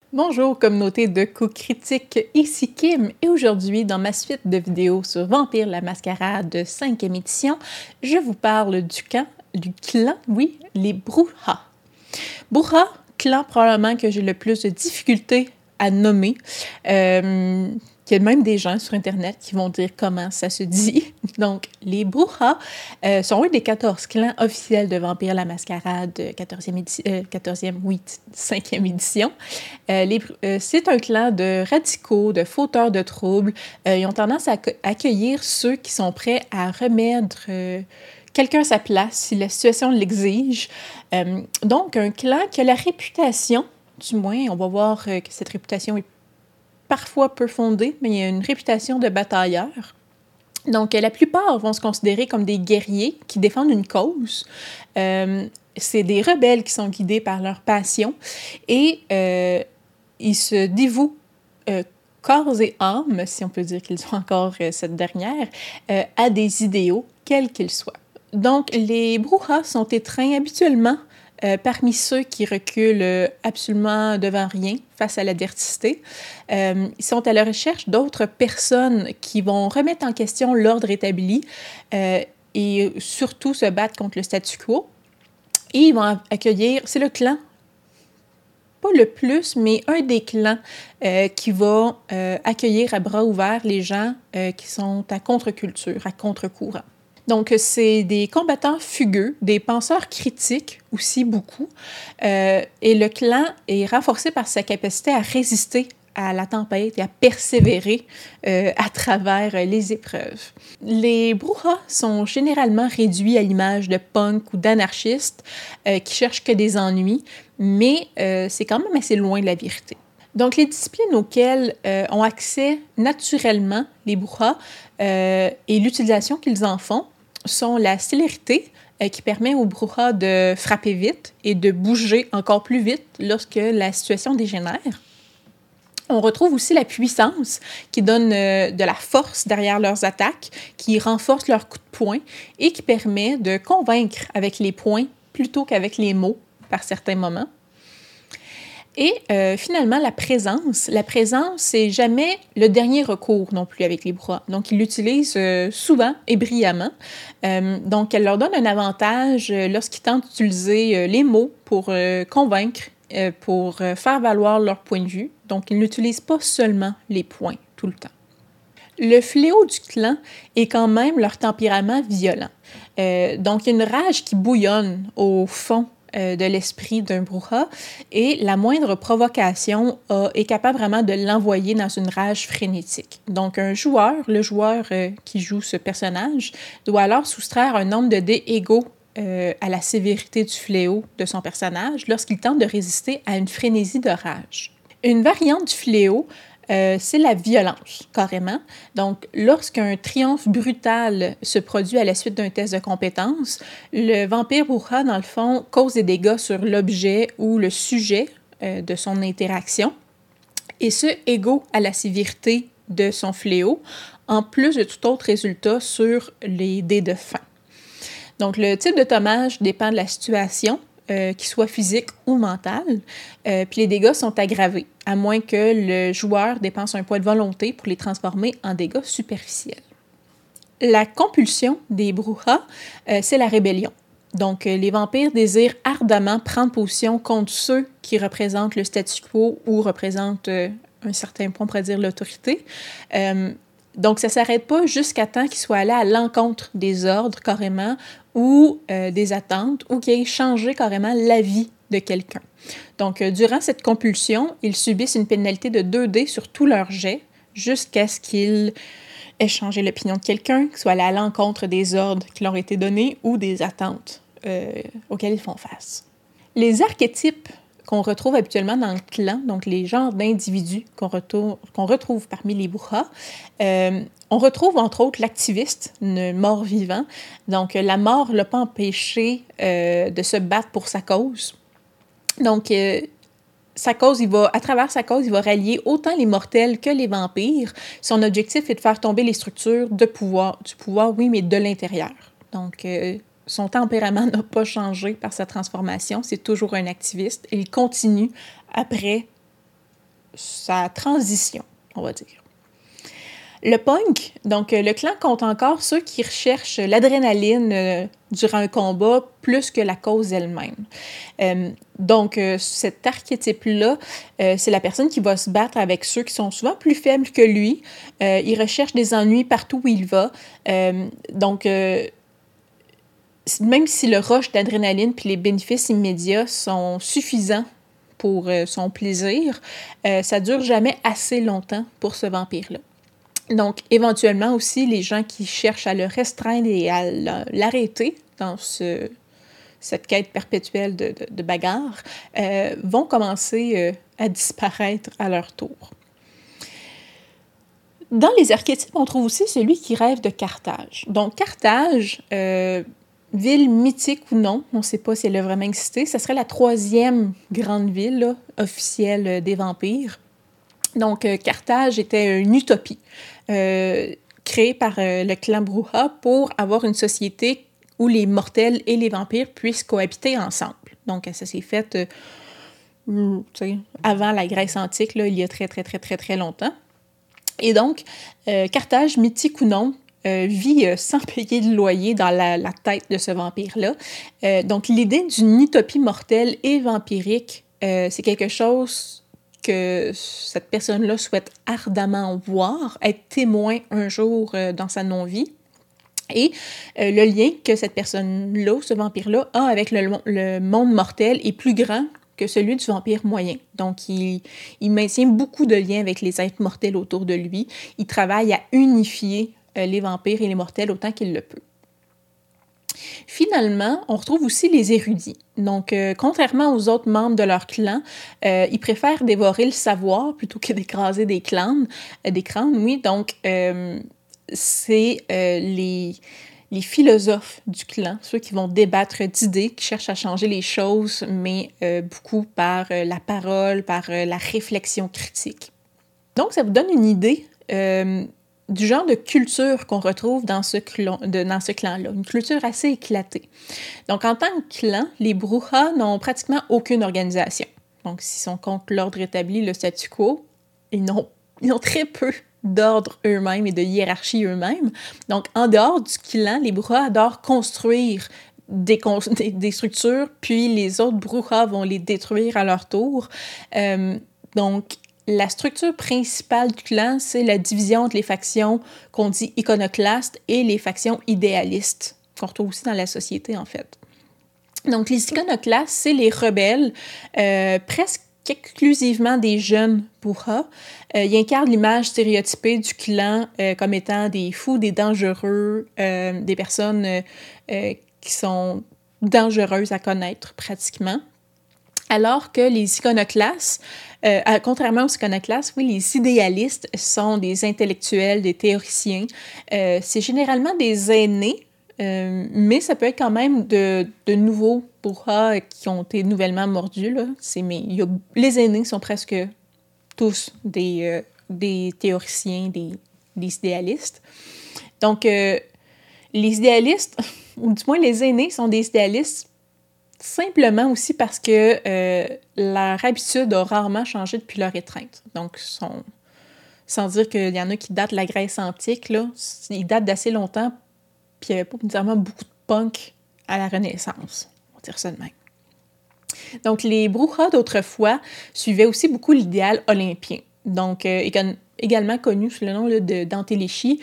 Bonjour communauté de coups critiques, ici Kim et aujourd'hui dans ma suite de vidéos sur Vampire la Mascarade 5e édition, je vous parle du clan, oui, les Brujah. Brujah, clan probablement que j'ai le plus de difficultés à nommer. Il y a même des gens sur Internet qui vont dire comment ça se dit. Donc, les Brujah sont un des 14 clans officiels de Vampire la Mascarade 5e édition. C'est un clan de radicaux, de fauteurs de troubles. Ils ont tendance à accueillir ceux qui sont prêts à remettre quelqu'un à sa place si la situation l'exige. Donc, un clan qui a la réputation, du moins, on va voir que cette réputation est parfois peu fondée, mais il y a une réputation de batailleur. Donc, la plupart vont se considérer comme des guerriers qui défendent une cause. C'est des rebelles qui sont guidés par leur passion et ils se dévouent corps et âme, si on peut dire qu'ils ont encore cette dernière, à des idéaux, quels qu'ils soient. Donc, les Brujah sont étreints habituellement parmi ceux qui reculent absolument devant rien face à l'adversité. Ils sont à la recherche d'autres personnes qui vont remettre en question l'ordre établi et surtout se battre contre le statu quo. Et ils vont accueillir, c'est le clan, pas le plus, mais un des clans qui va accueillir à bras ouverts les gens qui sont à contre-culture, à contre-courant. Donc, c'est des combattants fugueux, des penseurs critiques aussi beaucoup. Et le clan est renforcé par sa capacité à résister à la tempête et à persévérer à travers les épreuves. Les Brujah sont généralement réduits à l'image de punks ou d'anarchistes qui cherchent que des ennuis, mais c'est quand même assez loin de la vérité. Donc, les disciplines auxquelles ont accès naturellement les Brujah et l'utilisation qu'ils en font sont la célérité, qui permet aux Brujah de frapper vite et de bouger encore plus vite lorsque la situation dégénère. On retrouve aussi la puissance qui donne de la force derrière leurs attaques, qui renforce leurs coups de poing et qui permet de convaincre avec les poings plutôt qu'avec les mots par certains moments. Et finalement, la présence, c'est jamais le dernier recours non plus avec les Brujah. Donc, ils l'utilisent souvent et brillamment. Donc, elle leur donne un avantage lorsqu'ils tentent d'utiliser les mots pour convaincre, pour faire valoir leur point de vue. Donc, ils n'utilisent pas seulement les points tout le temps. Le fléau du clan est quand même leur tempérament violent. Donc, il y a une rage qui bouillonne au fond de l'esprit d'un Brujah et la moindre provocation est capable vraiment de l'envoyer dans une rage frénétique. Donc, le joueur qui joue ce personnage, doit alors soustraire un nombre de dés égaux à la sévérité du fléau de son personnage lorsqu'il tente de résister à une frénésie de rage. Une variante du fléau, c'est la violence, carrément. Donc, lorsqu'un triomphe brutal se produit à la suite d'un test de compétence, le vampire Brujah, dans le fond, cause des dégâts sur l'objet ou le sujet de son interaction, et ce, égaux à la sévérité de son fléau, en plus de tout autre résultat sur les dés de fin. Donc, le type de dommage dépend de la situation, qu'il soit physique ou mental, puis les dégâts sont aggravés, à moins que le joueur dépense un point de volonté pour les transformer en dégâts superficiels. La compulsion des Brujah, c'est la rébellion. Donc, les vampires désirent ardemment prendre position contre ceux qui représentent le statu quo ou représentent un certain point, on pourrait dire l'autorité. Donc, ça ne s'arrête pas jusqu'à temps qu'ils soient allés à l'encontre des ordres, carrément, ou des attentes, ou qu'ils aient changé carrément la vie de quelqu'un. Donc, durant cette compulsion, ils subissent une pénalité de 2 dés sur tous leurs jets, jusqu'à ce qu'ils aient changé l'opinion de quelqu'un, qu'ils soient allés à l'encontre des ordres qui leur ont été donnés, ou des attentes auxquelles ils font face. Les archétypes qu'on retrouve habituellement dans le clan, donc les genres d'individus qu'on retrouve parmi les Brujah. On retrouve entre autres l'activiste, le mort-vivant. Donc la mort ne l'a pas empêché de se battre pour sa cause. Donc à travers sa cause, il va rallier autant les mortels que les vampires. Son objectif est de faire tomber les structures du pouvoir, oui, mais de l'intérieur. Donc son tempérament n'a pas changé par sa transformation. C'est toujours un activiste. Et il continue après sa transition, on va dire. Le punk, donc le clan compte encore ceux qui recherchent l'adrénaline durant un combat plus que la cause elle-même. Donc, cet archétype-là, c'est la personne qui va se battre avec ceux qui sont souvent plus faibles que lui. Il recherche des ennuis partout où il va. Donc, même si le rush d'adrénaline puis les bénéfices immédiats sont suffisants pour son plaisir, ça dure jamais assez longtemps pour ce vampire-là. Donc, éventuellement aussi, les gens qui cherchent à le restreindre et à l'arrêter dans cette quête perpétuelle de bagarre vont commencer à disparaître à leur tour. Dans les archétypes, on trouve aussi celui qui rêve de Carthage. Donc, Carthage, ville mythique ou non, on ne sait pas si elle a vraiment existé, ce serait la 3e grande ville là, officielle des vampires. Donc, Carthage était une utopie créée par le clan Brujah pour avoir une société où les mortels et les vampires puissent cohabiter ensemble. Donc, ça s'est fait avant la Grèce antique, là, il y a très, très, très, très, très longtemps. Et donc, Carthage, mythique ou non, vit sans payer de loyer dans la tête de ce vampire-là. Donc, l'idée d'une utopie mortelle et vampirique, c'est quelque chose que cette personne-là souhaite ardemment voir, être témoin un jour dans sa non-vie. Et le lien que cette personne-là, ce vampire-là, a avec le monde mortel est plus grand que celui du vampire moyen. Donc, il maintient beaucoup de liens avec les êtres mortels autour de lui. Il travaille à unifier les vampires et les mortels autant qu'il le peut. Finalement, on retrouve aussi les érudits. Donc, contrairement aux autres membres de leur clan, ils préfèrent dévorer le savoir plutôt que d'écraser des crânes. Donc, c'est les philosophes du clan, ceux qui vont débattre d'idées, qui cherchent à changer les choses, mais beaucoup par la parole, par la réflexion critique. Donc, ça vous donne une idée du genre de culture qu'on retrouve dans ce clan-là, une culture assez éclatée. Donc, en tant que clan, les Brujahs n'ont pratiquement aucune organisation. Donc, s'ils sont contre l'ordre établi, le statu quo, ils ont très peu d'ordre eux-mêmes et de hiérarchie eux-mêmes. Donc, en dehors du clan, les Brujahs adorent construire des structures, puis les autres Brujahs vont les détruire à leur tour. Donc, la structure principale du clan, c'est la division entre les factions qu'on dit iconoclastes et les factions idéalistes, qu'on retrouve aussi dans la société, en fait. Donc, les iconoclastes, c'est les rebelles, presque exclusivement des jeunes Brujahs. Ils incarnent l'image stéréotypée du clan comme étant des fous, des dangereux, des personnes qui sont dangereuses à connaître, pratiquement. Alors que les iconoclastes, contrairement aux iconoclastes, oui, les idéalistes sont des intellectuels, des théoriciens. C'est généralement des aînés, mais ça peut être quand même de nouveaux Brujahs qui ont été nouvellement mordus. Là. Les aînés sont presque tous des théoriciens, des idéalistes. Donc, les idéalistes, ou du moins les aînés, sont des idéalistes simplement aussi parce que leur habitude a rarement changé depuis leur étreinte. Donc, sans dire qu'il y en a qui datent de la Grèce antique, là, ils datent d'assez longtemps, puis il n'y avait pas nécessairement beaucoup de punk à la Renaissance. On va dire ça de même. Donc, les Brujahs d'autrefois suivaient aussi beaucoup l'idéal olympien. Donc, également connu sous le nom là, d'Antéléchie,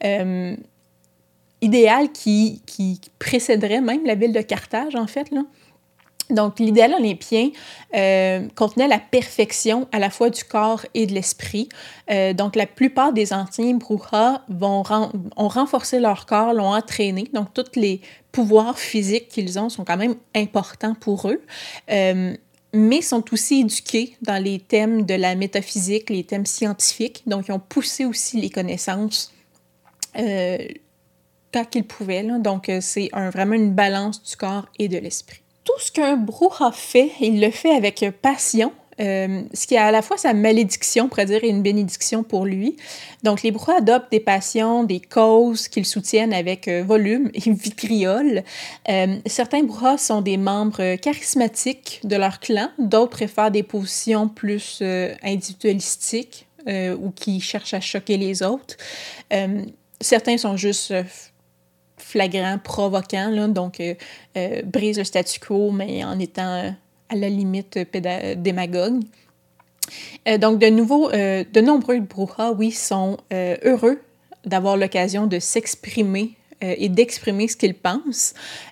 idéal qui précéderait même la ville de Carthage, en fait, là. Donc, l'idéal olympien contenait la perfection à la fois du corps et de l'esprit. Donc, la plupart des anciens Brujahs ont renforcé leur corps, l'ont entraîné. Donc, tous les pouvoirs physiques qu'ils ont sont quand même importants pour eux, mais sont aussi éduqués dans les thèmes de la métaphysique, les thèmes scientifiques. Donc, ils ont poussé aussi les connaissances tant qu'ils pouvaient. Là. Donc, c'est vraiment une balance du corps et de l'esprit. Tout ce qu'un Brujah fait, il le fait avec passion, ce qui est à la fois sa malédiction, on pourrait dire, et une bénédiction pour lui. Donc, les Brujas adoptent des passions, des causes qu'ils soutiennent avec volume et vitriol. Certains Brujas sont des membres charismatiques de leur clan, d'autres préfèrent des positions plus individualistiques ou qui cherchent à choquer les autres. Certains sont juste flagrants, provoquants, là, donc brisent le statu quo, mais en étant à la limite démagogues. Donc, de nombreux Brujas, oui, sont heureux d'avoir l'occasion de s'exprimer et d'exprimer ce qu'ils pensent.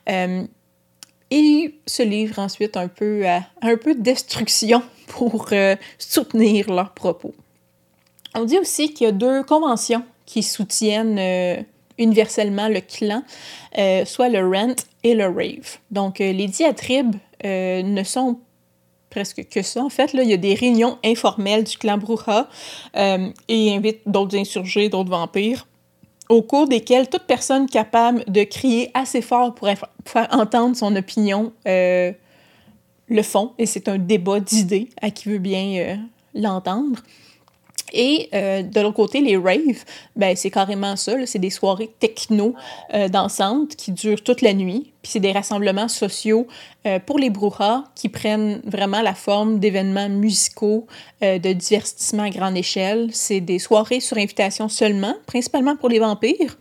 Et se livrent ensuite un peu à un peu de destruction pour soutenir leurs propos. On dit aussi qu'il y a 2 conventions qui soutiennent universellement le clan, soit le rent et le rave. Donc, les diatribes ne sont presque que ça. En fait, là, il y a des réunions informelles du clan Bruja et invitent d'autres insurgés, d'autres vampires, au cours desquelles toute personne capable de crier assez fort pour faire entendre son opinion le font. Et c'est un débat d'idées à qui veut bien l'entendre. Et de l'autre côté, les raves, ben, c'est carrément ça, là, c'est des soirées techno dansantes qui durent toute la nuit. Puis c'est des rassemblements sociaux pour les Brujas qui prennent vraiment la forme d'événements musicaux de divertissement à grande échelle. C'est des soirées sur invitation seulement, principalement pour les vampires.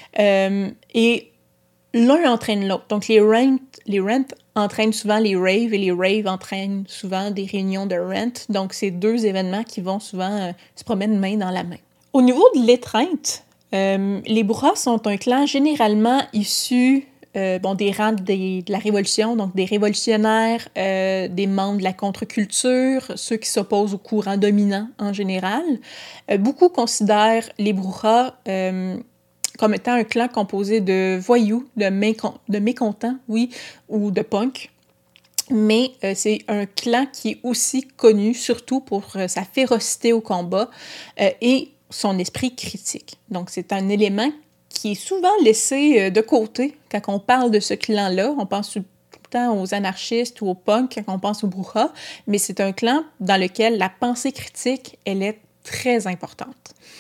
Et l'un entraîne l'autre. Donc les rent entraînent souvent les raves et les raves entraînent souvent des réunions de rent. Donc, c'est 2 événements qui vont souvent se promènent main dans la main. Au niveau de l'étreinte, les Brujas sont un clan généralement issu des rangs de la Révolution, donc des révolutionnaires, des membres de la contre-culture, ceux qui s'opposent au courant dominant en général. Beaucoup considèrent les Brujas comme étant un clan composé de voyous, de mécontents, oui, ou de punks. Mais c'est un clan qui est aussi connu surtout pour sa férocité au combat et son esprit critique. Donc, c'est un élément qui est souvent laissé de côté quand on parle de ce clan-là. On pense tout le temps aux anarchistes ou aux punks quand on pense aux Brujas, mais c'est un clan dans lequel la pensée critique, elle est très importante.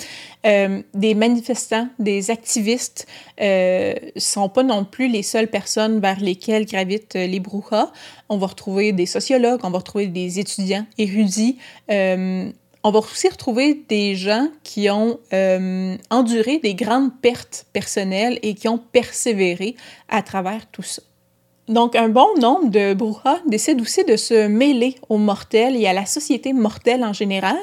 Des manifestants, des activistes sont pas non plus les seules personnes vers lesquelles gravitent les Brujas. On va retrouver des sociologues, on va retrouver des étudiants érudits. On va aussi retrouver des gens qui ont enduré des grandes pertes personnelles et qui ont persévéré à travers tout ça. Donc, un bon nombre de Brujas décident aussi de se mêler aux mortels et à la société mortelle en général.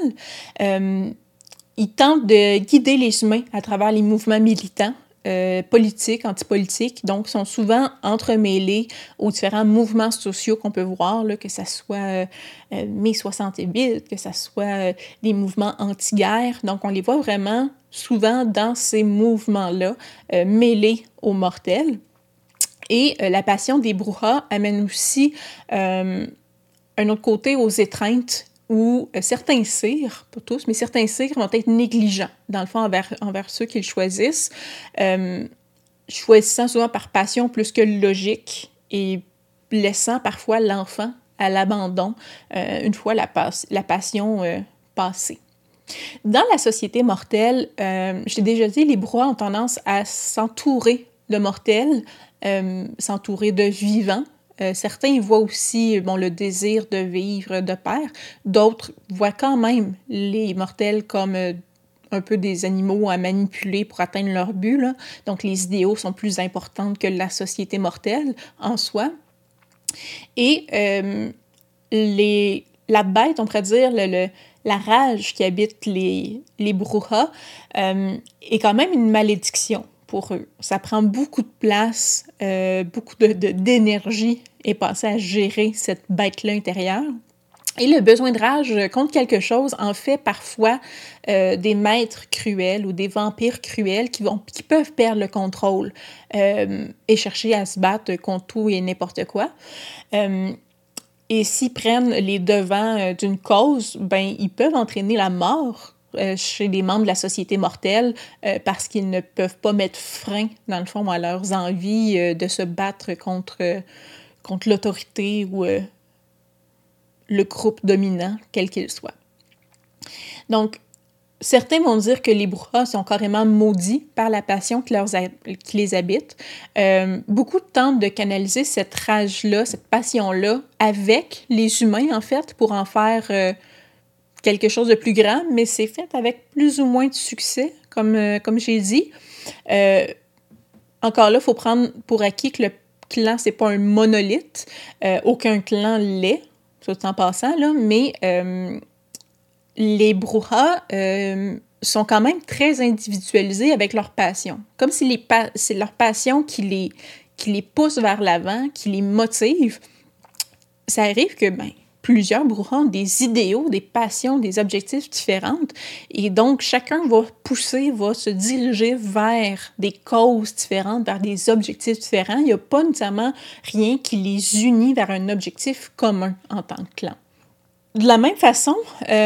Ils tentent de guider les humains à travers les mouvements militants, politiques, antipolitiques, donc sont souvent entremêlés aux différents mouvements sociaux qu'on peut voir, là, que ce soit mai 68, que ce soit des mouvements anti-guerre. Donc, on les voit vraiment souvent dans ces mouvements-là, mêlés aux mortels. Et la passion des Brujas amène aussi un autre côté aux étreintes où certains sires, pas tous, mais certains sires vont être négligents, dans le fond, envers ceux qu'ils choisissent, choisissant souvent par passion plus que logique et laissant parfois l'enfant à l'abandon une fois la passion passée. Dans la société mortelle, j'ai déjà dit, les Brujas ont tendance à s'entourer de mortels, s'entourer de vivants. Certains voient aussi le désir de vivre de pair. D'autres voient quand même les mortels comme un peu des animaux à manipuler pour atteindre leur but, là. Donc, les idéaux sont plus importants que la société mortelle en soi. Et la bête, on pourrait dire, la rage qui habite les Brujas est quand même une malédiction pour eux. Ça prend beaucoup de place, beaucoup d'énergie est passée à gérer cette bête-là intérieure. Et le besoin de rage contre quelque chose en fait parfois des maîtres cruels ou des vampires cruels qui peuvent perdre le contrôle et chercher à se battre contre tout et n'importe quoi. Et s'ils prennent les devants d'une cause, ben ils peuvent entraîner la mort chez les membres de la société mortelle parce qu'ils ne peuvent pas mettre frein, dans le fond, à leurs envies de se battre contre l'autorité ou le groupe dominant, quel qu'il soit. Donc, certains vont dire que les Brujas sont carrément maudits par la passion qui les habite. Beaucoup tentent de canaliser cette rage-là, cette passion-là, avec les humains, en fait, pour en faire quelque chose de plus grand, mais c'est fait avec plus ou moins de succès, comme j'ai dit. Encore là, il faut prendre pour acquis que le clan, c'est pas un monolithe. Aucun clan l'est, tout en passant, là, mais les Brujas sont quand même très individualisés avec leur passion. Comme si c'est leur passion qui les pousse vers l'avant, qui les motive. Ça arrive que plusieurs Brujas ont des idéaux, des passions, des objectifs différents. Et donc, chacun va se diriger vers des causes différentes, vers des objectifs différents. Il n'y a pas nécessairement rien qui les unit vers un objectif commun en tant que clan. De la même façon,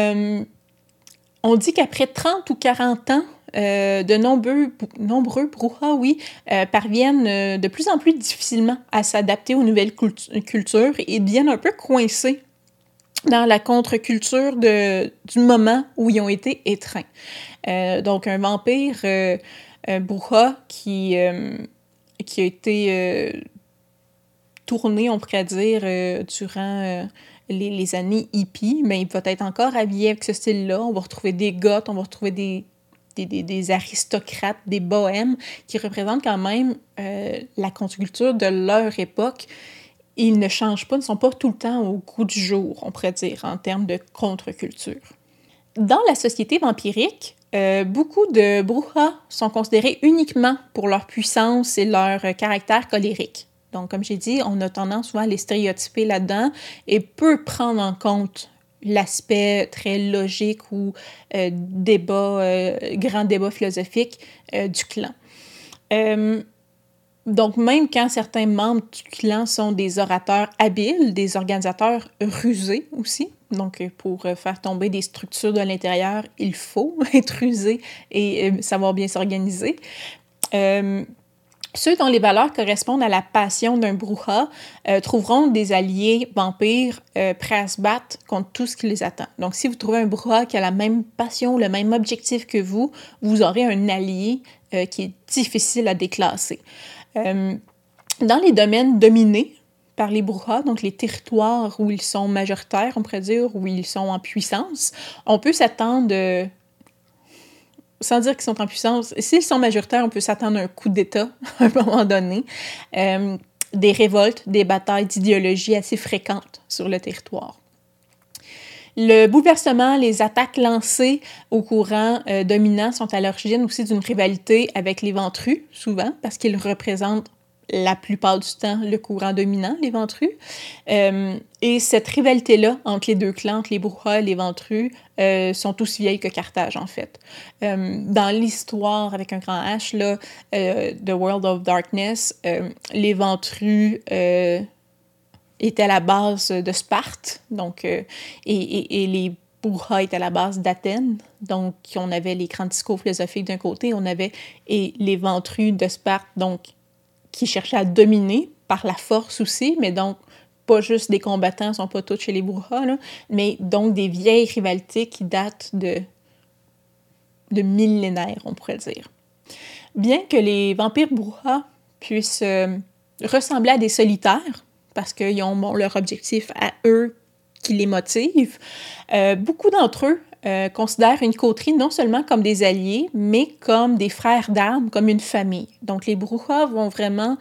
on dit qu'après 30 ou 40 ans, de nombreux Brujas, parviennent de plus en plus difficilement à s'adapter aux nouvelles cultures et deviennent un peu coincés dans la contre-culture du moment où ils ont été étreints. Donc, un vampire Bruja qui a été tourné, on pourrait dire, durant les années hippies, mais il va être encore habillé avec ce style-là. On va retrouver des goths, on va retrouver des aristocrates, des bohèmes, qui représentent quand même la contre-culture de leur époque. Ils ne changent pas, ne sont pas tout le temps au goût du jour, on pourrait dire, en termes de contre-culture. Dans la société vampirique, beaucoup de Brujas sont considérés uniquement pour leur puissance et leur caractère colérique. Donc, comme j'ai dit, on a tendance souvent à les stéréotyper là-dedans et peu prendre en compte l'aspect très logique ou grand débat philosophique du clan. Donc, même quand certains membres du clan sont des orateurs habiles, des organisateurs rusés aussi, donc pour faire tomber des structures de l'intérieur, il faut être rusé et savoir bien s'organiser. Ceux dont les valeurs correspondent à la passion d'un Bruja trouveront des alliés vampires prêts à se battre contre tout ce qui les attend. Donc, si vous trouvez un Bruja qui a la même passion, le même objectif que vous aurez un allié qui est difficile à déclasser. Dans les domaines dominés par les Brujas, donc les territoires où ils sont majoritaires, on pourrait dire, où ils sont en puissance, on peut s'attendre, sans dire qu'ils sont en puissance, s'ils sont majoritaires, on peut s'attendre à un coup d'État à un moment donné, des révoltes, des batailles d'idéologie assez fréquentes sur le territoire. Le bouleversement, les attaques lancées au courant dominant sont à l'origine aussi d'une rivalité avec les Ventrus, souvent, parce qu'ils représentent la plupart du temps le courant dominant, les Ventrus. Et cette rivalité-là entre les deux clans, entre les Brujas et les Ventrus, sont aussi vieilles que Carthage, en fait. Dans l'histoire, avec un grand H, là, The World of Darkness, les Ventrus étaient à la base de Sparte, donc, et les Brujas étaient à la base d'Athènes. Donc, on avait les grands discours philosophiques d'un côté, on avait les Ventrus de Sparte, donc, qui cherchaient à dominer par la force aussi, mais donc, pas juste des combattants, ne sont pas tous chez les Brujas, là, mais donc des vieilles rivalités qui datent de millénaires, on pourrait dire. Bien que les vampires Brujas puissent ressembler à des solitaires, parce qu'ils ont leur objectif à eux qui les motive, beaucoup d'entre eux considèrent une coterie non seulement comme des alliés, mais comme des frères d'armes, comme une famille. Donc, les Brujas vont vraiment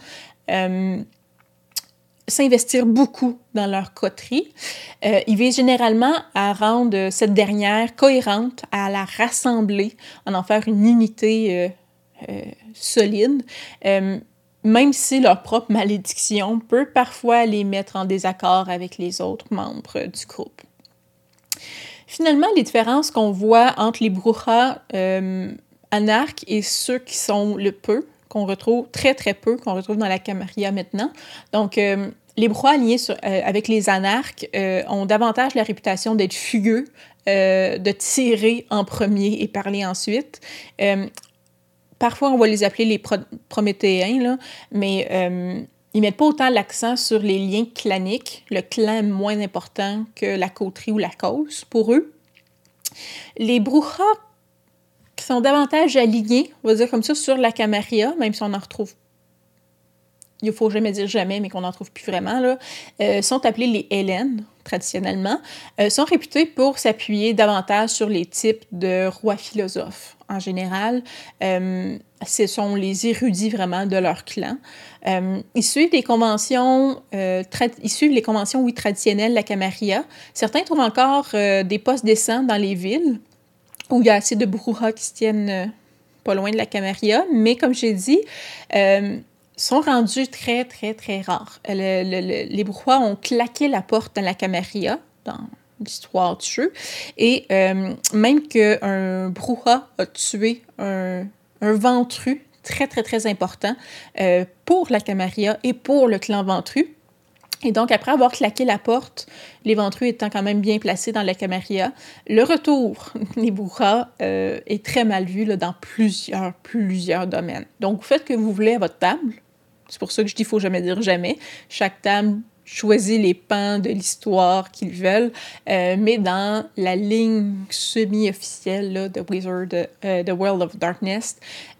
s'investir beaucoup dans leur coterie. Ils visent généralement à rendre cette dernière cohérente, à la rassembler, à en faire une unité solide, même si leur propre malédiction peut parfois les mettre en désaccord avec les autres membres du groupe. Finalement, les différences qu'on voit entre les Brujas anarques et ceux qui sont le peu, qu'on retrouve très, très peu, qu'on retrouve dans la Camarilla maintenant. Donc, les Brujas alignés avec les anarques ont davantage la réputation d'être fugueux, de tirer en premier et parler ensuite. Parfois, on va les appeler les Prométhéens, là, mais ils mettent pas autant l'accent sur les liens claniques. Le clan est moins important que la coterie ou la cause pour eux. Les Bruja qui sont davantage alignés, on va dire comme ça, sur la Camarilla, même si on en retrouve, il ne faut jamais dire jamais, mais qu'on n'en trouve plus vraiment, là, sont appelés les Hélènes, traditionnellement, sont réputés pour s'appuyer davantage sur les types de rois philosophes. En général, ce sont les érudits vraiment de leur clan. Ils suivent les conventions, oui, traditionnelles de la Camarilla. Certains trouvent encore des postes décents dans les villes, où il y a assez de Bruja qui se tiennent pas loin de la Camarilla, mais comme j'ai dit, sont rendus très, très, très rares. Les Bruja ont claqué la porte dans la Camarilla, dans l'histoire du jeu, et même qu'un Bruja a tué un ventru très, très, très important pour la Camarilla et pour le clan Ventru. Et donc, après avoir claqué la porte, les Ventrus étant quand même bien placés dans la Camarilla, le retour des Bruja est très mal vu là, dans plusieurs domaines. Donc, vous faites ce que vous voulez à votre table. C'est pour ça que je dis qu'il ne faut jamais dire jamais. Chaque table choisit les pans de l'histoire qu'ils veulent, mais dans la ligne semi-officielle là, de Wizard, The World of Darkness,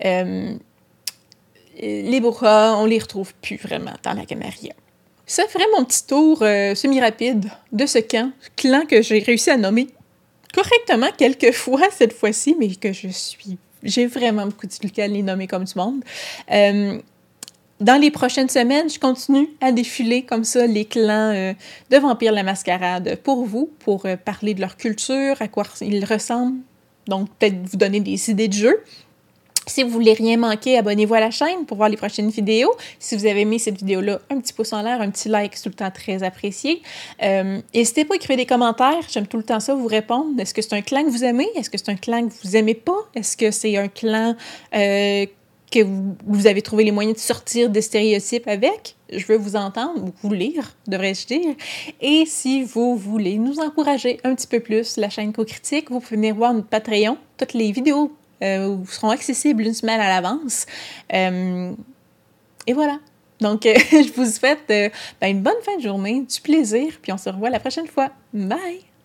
les Bruja, on les retrouve plus vraiment dans la Camarilla. Ça ferait mon petit tour semi-rapide de ce clan que j'ai réussi à nommer correctement quelques fois cette fois-ci, mais que j'ai vraiment beaucoup de difficulté à les nommer comme du monde. Dans les prochaines semaines, je continue à défiler comme ça les clans de Vampire la Mascarade pour vous, pour parler de leur culture, à quoi ils ressemblent, donc peut-être vous donner des idées de jeu. Si vous voulez rien manquer, abonnez-vous à la chaîne pour voir les prochaines vidéos. Si vous avez aimé cette vidéo-là, un petit pouce en l'air, un petit like, c'est tout le temps très apprécié. N'hésitez pas à écrire des commentaires, j'aime tout le temps ça, vous répondre. Est-ce que c'est un clan que vous aimez? Est-ce que c'est un clan que vous aimez pas? Est-ce que c'est un clan que vous avez trouvé les moyens de sortir des stéréotypes avec? Je veux vous entendre, ou vous lire, devrais-je dire. Et si vous voulez nous encourager un petit peu plus, la chaîne Co-Critique, vous pouvez venir voir notre Patreon. Toutes les vidéos seront accessibles une semaine à l'avance. Et voilà. Donc, je vous souhaite une bonne fin de journée, du plaisir, puis on se revoit la prochaine fois. Bye!